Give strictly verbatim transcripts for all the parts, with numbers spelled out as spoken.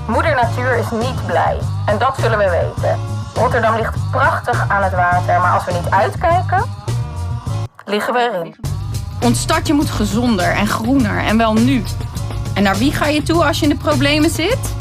Moeder Natuur is niet blij. En dat zullen we weten. Rotterdam ligt prachtig aan het water, maar als we niet uitkijken, liggen we erin. Ons stadje moet gezonder en groener en wel nu. En naar wie ga je toe als je in de problemen zit?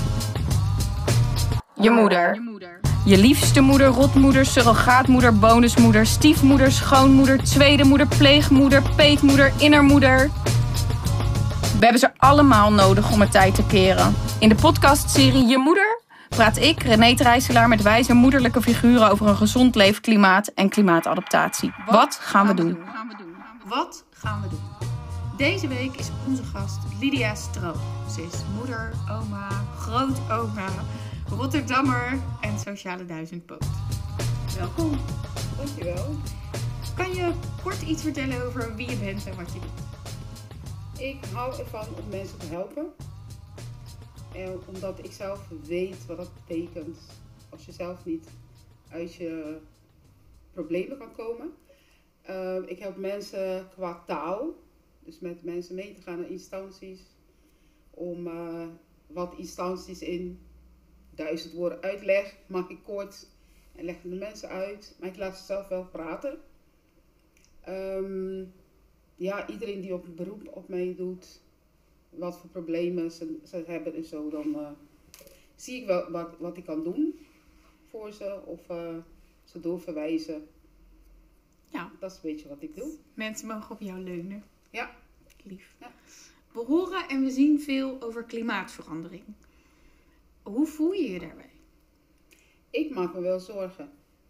Je moeder. Je liefste moeder, rotmoeder, surrogaatmoeder, bonusmoeder, stiefmoeder, schoonmoeder, tweede moeder, pleegmoeder, peetmoeder, innermoeder. We hebben ze allemaal nodig om het tijd te keren. In de podcastserie Je Moeder praat ik, René Trijselaar, met wijze moederlijke figuren over een gezond leefklimaat en klimaatadaptatie. Wat, Wat gaan, we, gaan we doen? Gaan we doen? Wat gaan we doen? Deze week is onze gast Lydia Stroop. Ze is moeder, oma, grootoma, Rotterdammer en sociale duizendpoot. Welkom. Dankjewel. Kan je kort iets vertellen over wie je bent en wat je doet? Ik hou ervan om mensen te helpen. En omdat ik zelf weet wat dat betekent als je zelf niet uit je problemen kan komen. Uh, ik help mensen qua taal. Dus met mensen mee te gaan naar instanties. Om uh, wat instanties in duizend woorden uitleg, maak ik kort en leg de mensen uit. Maar ik laat ze zelf wel praten. Um, ja, iedereen die op een beroep op mij doet, wat voor problemen ze, ze hebben en zo, dan uh, zie ik wel wat, wat ik kan doen voor ze of uh, ze doorverwijzen. Ja. Dat is een beetje wat ik doe. Mensen mogen op jou leunen. Ja. Lief. Ja. We horen en we zien veel over klimaatverandering. Hoe voel je je daarbij? Ik maak me wel zorgen.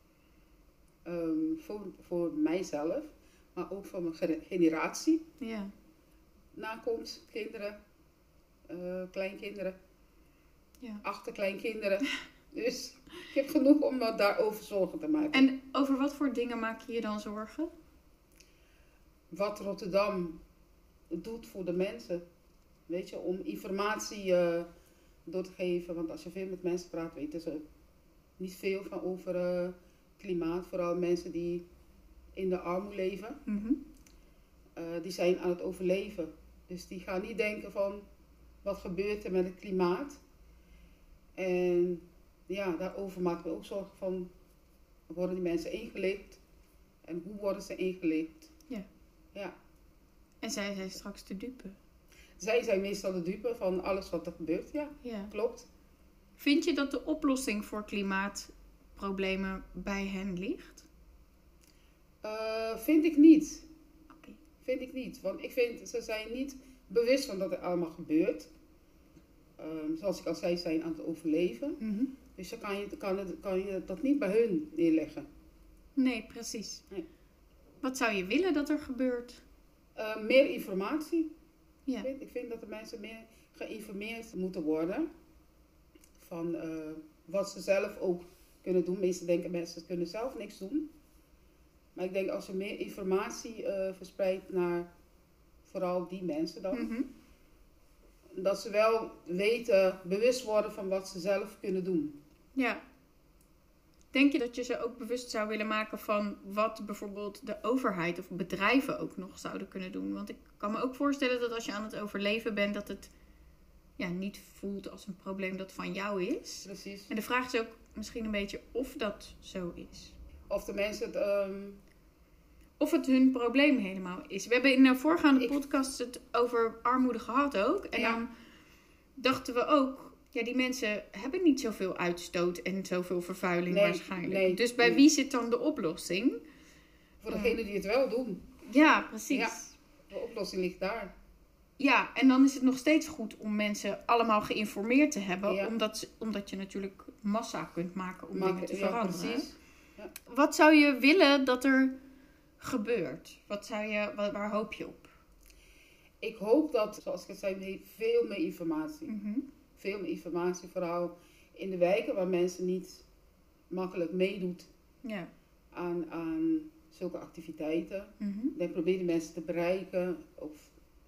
Um, voor, voor mijzelf, maar ook voor mijn generatie. Ja. Nakomst, kinderen, uh, kleinkinderen, ja. achterkleinkinderen. Dus ik heb genoeg om me daarover zorgen te maken. En over wat voor dingen maak je je dan zorgen? Wat Rotterdam doet voor de mensen. Weet je, om informatie uh, door te geven. Want als je veel met mensen praat, weten ze niet veel van over uh, klimaat. Vooral mensen die in de armoede leven. Mm-hmm. Uh, die zijn aan het overleven. Dus die gaan niet denken van wat gebeurt er met het klimaat. En ja, daarover maken we ook zorgen van, worden die mensen ingelicht? En hoe worden ze ingelicht? Ja. Ja. En zij zijn straks de dupe. Zij zijn meestal de dupe van alles wat er gebeurt. Ja, ja. Klopt. Vind je dat de oplossing voor klimaatproblemen bij hen ligt? Uh, vind ik niet. Okay. Vind ik niet. Want ik vind, ze zijn niet bewust van dat er allemaal gebeurt. Um, zoals ik al zei, ze zijn aan het overleven. Mm-hmm. Dus dan kan je, kan, het, kan je dat niet bij hun neerleggen. Nee, precies. Nee. Wat zou je willen dat er gebeurt? Uh, meer informatie. Ja. Ik, vind, ik vind dat de mensen meer geïnformeerd moeten worden. Van uh, wat ze zelf ook kunnen doen. Meestal denken mensen kunnen zelf niks doen. Maar ik denk als je meer informatie uh, verspreidt naar vooral die mensen dan. Mm-hmm. Dat ze wel weten, bewust worden van wat ze zelf kunnen doen. Ja. Denk je dat je ze ook bewust zou willen maken van wat bijvoorbeeld de overheid of bedrijven ook nog zouden kunnen doen? Want ik kan me ook voorstellen dat als je aan het overleven bent, dat het ja, niet voelt als een probleem dat van jou is. Precies. En de vraag is ook misschien een beetje of dat zo is. Of de mensen het... Um... Of het hun probleem helemaal is. We hebben in de voorgaande ik... podcast het over armoede gehad ook. En ja. dan dachten we ook, ja, die mensen hebben niet zoveel uitstoot en zoveel vervuiling nee, waarschijnlijk. Nee, dus bij nee. wie zit dan de oplossing? Voor degenen die het wel doen. Ja, precies. Ja, de oplossing ligt daar. Ja, en dan is het nog steeds goed om mensen allemaal geïnformeerd te hebben. Ja. Omdat, omdat je natuurlijk massa kunt maken om Maken, dingen te ja, veranderen. Precies. Ja. Wat zou je willen dat er gebeurt? Wat zou je, waar, waar hoop je op? Ik hoop dat, zoals ik het zei, veel meer informatie. Mm-hmm. Veel meer informatie, vooral in de wijken waar mensen niet makkelijk meedoet Ja. aan, aan zulke activiteiten. Mm-hmm. Dan probeer je mensen te bereiken of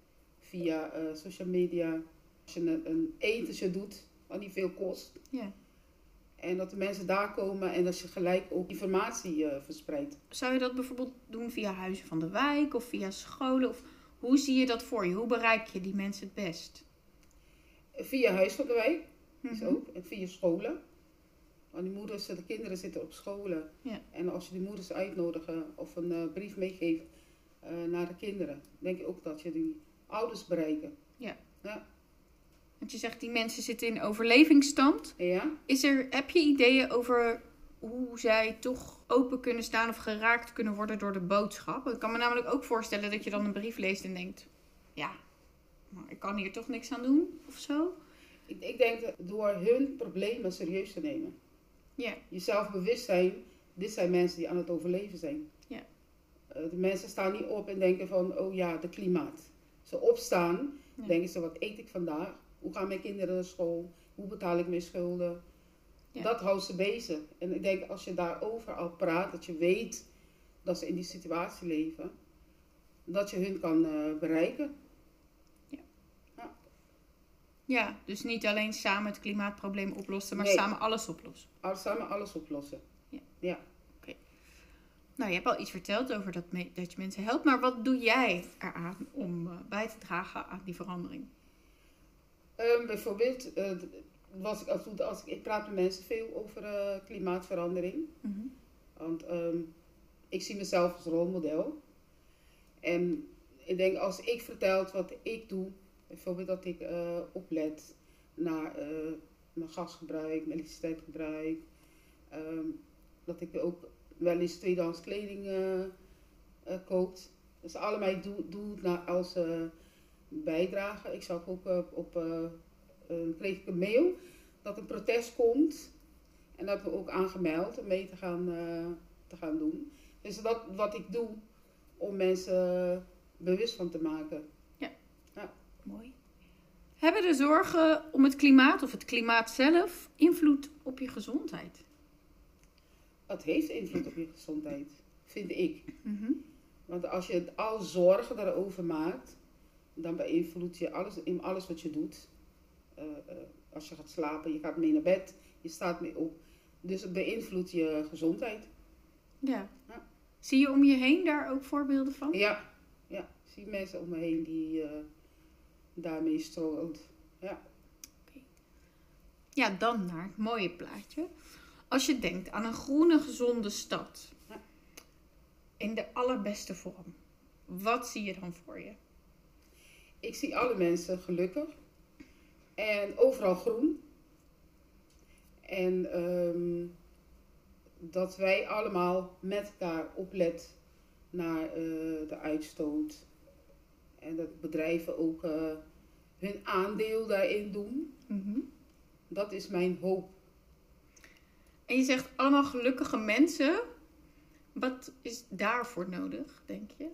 via uh, social media. Als je een, een etentje doet wat niet veel kost. Ja. En dat de mensen daar komen en dat je gelijk ook informatie uh, verspreidt. Zou je dat bijvoorbeeld doen via Huizen van de Wijk of via scholen? Of hoe zie je dat voor je? Hoe bereik je die mensen het best? Via Huis van de Wijk. Is Mhm. ook. En via scholen. Want die moeders, de kinderen zitten op scholen. Ja. En als je die moeders uitnodigen of een uh, brief meegeeft uh, naar de kinderen, denk ik ook dat je die ouders bereiken. Ja. Ja. Want je zegt die mensen zitten in overlevingsstand. Ja. Is er, heb je ideeën over hoe zij toch open kunnen staan of geraakt kunnen worden door de boodschap? Ik kan me namelijk ook voorstellen dat je dan een brief leest en denkt, ja, maar ik kan hier toch niks aan doen of zo. Ik, ik denk dat door hun problemen serieus te nemen. Ja. Jezelf bewust zijn, dit zijn mensen die aan het overleven zijn. Ja. Uh, de mensen staan niet op en denken van, oh ja, de klimaat. Ze opstaan, Ja. denken ze, wat eet ik vandaag? Hoe gaan mijn kinderen naar school? Hoe betaal ik mijn schulden? Ja. Dat houdt ze bezig. En ik denk, als je daarover al praat, dat je weet dat ze in die situatie leven, dat je hun kan uh, bereiken. Ja, dus niet alleen samen het klimaatprobleem oplossen, maar Nee. samen alles oplossen. Alles samen alles oplossen. Ja. Ja. Nou, je hebt al iets verteld over dat, me- dat je mensen helpt, maar wat doe jij eraan om uh, bij te dragen aan die verandering? Um, bijvoorbeeld, uh, was ik, als, als ik, ik praat met mensen veel over uh, klimaatverandering. Mm-hmm. Want um, ik zie mezelf als rolmodel. En ik denk, als ik vertel wat ik doe, bijvoorbeeld dat ik uh, oplet naar uh, mijn gasgebruik, mijn elektriciteitsgebruik. Um, dat ik ook wel eens tweedehands kleding uh, uh, koopt. Dus allemaal doe, doe naar als uh, bijdrage. Ik zag ook uh, op, uh, uh, kreeg ik een mail dat een protest komt. En dat heb ik ook aangemeld om mee te gaan, uh, te gaan doen. Dus dat wat ik doe om mensen bewust van te maken. Mooi. Hebben de zorgen om het klimaat of het klimaat zelf invloed op je gezondheid? Het heeft invloed op je gezondheid, vind ik. Mm-hmm. Want als je al zorgen daarover maakt, dan beïnvloedt je alles, in alles wat je doet. Uh, uh, als je gaat slapen, je gaat mee naar bed, je staat mee op. Dus het beïnvloedt je gezondheid. Ja. Ja. Zie je om je heen daar ook voorbeelden van? Ja, ja. Ik zie mensen om me heen die uh, daarmee struggelt. Ja. Ja, dan naar het mooie plaatje. Als je denkt aan een groene, gezonde stad. Ja. In de allerbeste vorm. Wat zie je dan voor je? Ik zie alle mensen gelukkig. En overal groen. En um, dat wij allemaal met elkaar opletten naar uh, de uitstoot. En dat bedrijven ook uh, hun aandeel daarin doen. Mm-hmm. Dat is mijn hoop. En je zegt allemaal gelukkige mensen. Wat is daarvoor nodig, denk je?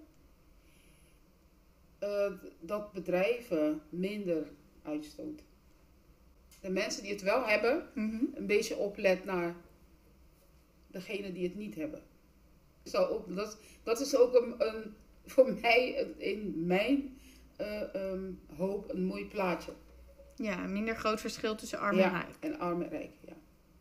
Uh, dat bedrijven minder uitstoten. De mensen die het wel hebben, Mm-hmm. een beetje oplet naar degene die het niet hebben. Zo ook, dat, dat is ook een, een, voor mij in mijn uh, um, hoop een mooi plaatje. Ja, een minder groot verschil tussen arm ja, en rijk. en arm en rijk, ja.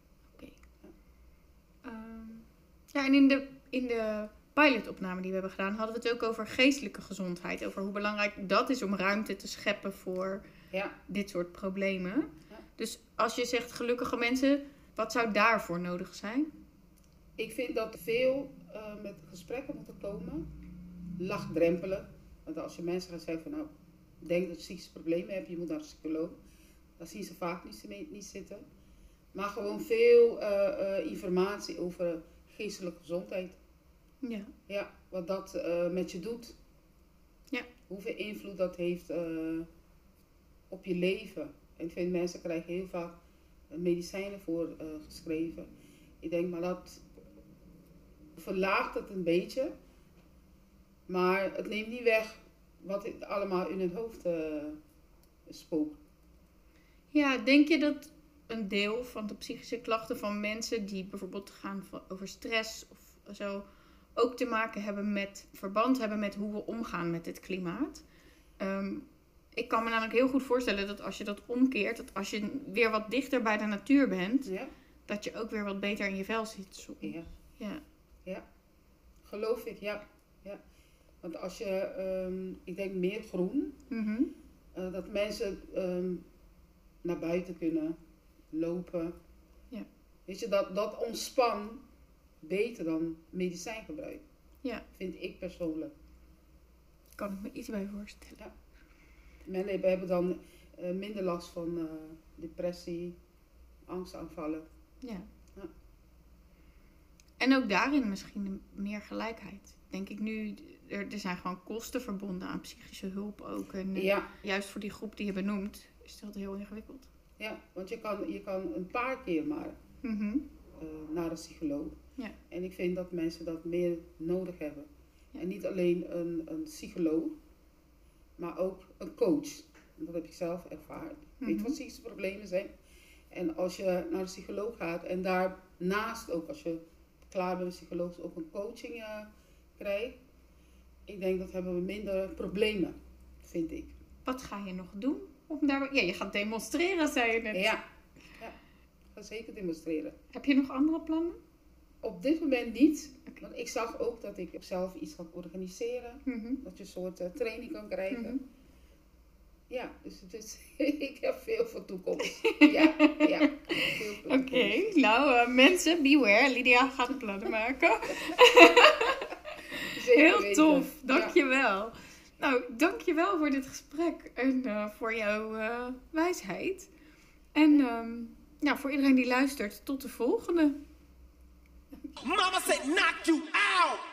Um, ja, en in de, in de pilotopname die we hebben gedaan, hadden we het ook over geestelijke gezondheid. Over hoe belangrijk dat is om ruimte te scheppen voor ja. dit soort problemen. Ja. Dus als je zegt gelukkige mensen, wat zou daarvoor nodig zijn? Ik vind dat veel uh, met gesprekken moeten komen. Lachdrempelen. Want als je mensen gaat zeggen van nou, denk dat je psychische problemen hebt, je moet naar een psycholoog. Dan zien ze vaak niet, niet zitten. Maar gewoon veel uh, uh, informatie over geestelijke gezondheid. Ja. Ja, wat dat uh, met je doet. Ja. Hoeveel invloed dat heeft uh, op je leven. En ik vind mensen krijgen heel vaak medicijnen voor uh, geschreven. Ik denk maar dat verlaagt het een beetje. Maar het neemt niet weg wat het allemaal in het hoofd uh, spookt. Ja, denk je dat een deel van de psychische klachten van mensen die bijvoorbeeld gaan over stress of zo ook te maken hebben met, verband hebben met hoe we omgaan met het klimaat? Um, ik kan me namelijk heel goed voorstellen dat als je dat omkeert, dat als je weer wat dichter bij de natuur bent, Ja? dat je ook weer wat beter in je vel zit soms. Ja. Ja. Ja, geloof ik, ja. ja. Want als je, um, ik denk meer groen, Mm-hmm. uh, dat mensen um, naar buiten kunnen. lopen. Ja. Weet je, dat, dat ontspan beter dan medicijngebruik. Ja. Vind ik persoonlijk. Kan ik me iets bij voorstellen. Ja. Mensen hebben dan uh, minder last van uh, depressie, angstaanvallen. Ja. Ja. En ook daarin misschien meer gelijkheid. Denk ik nu, er, er zijn gewoon kosten verbonden aan psychische hulp ook. En uh, Ja. juist voor die groep die je benoemt, is dat heel ingewikkeld. Ja, want je kan, je kan een paar keer maar Mm-hmm. uh, naar een psycholoog. Ja. En ik vind dat mensen dat meer nodig hebben. Ja. En niet alleen een, een psycholoog, maar ook een coach. En dat heb ik zelf ervaren. Ik Mm-hmm. weet wat psychische problemen zijn. En als je naar een psycholoog gaat en daarnaast ook, als je klaar bent met psycholoog, ook een coaching uh, krijgt. Ik denk dat hebben we minder problemen, vind ik. Wat ga je nog doen? Om daar... Ja, je gaat demonstreren, zei je net. Ja, ja. Ik ga zeker demonstreren. Heb je nog andere plannen? Op dit moment niet. Oké. Want ik zag ook dat ik zelf iets ga organiseren. Mm-hmm. Dat je een soort uh, training kan krijgen. Mm-hmm. Ja, dus het is, ik heb veel voor toekomst. Ja, ja. Oké, okay. nou uh, mensen, beware. Lydia gaat plannen maken. Heel weten. tof, dankjewel. Ja. Nou, dankjewel voor dit gesprek en uh, voor jouw uh, wijsheid. En um, ja, voor iedereen die luistert, tot de volgende. Mama said knock you out!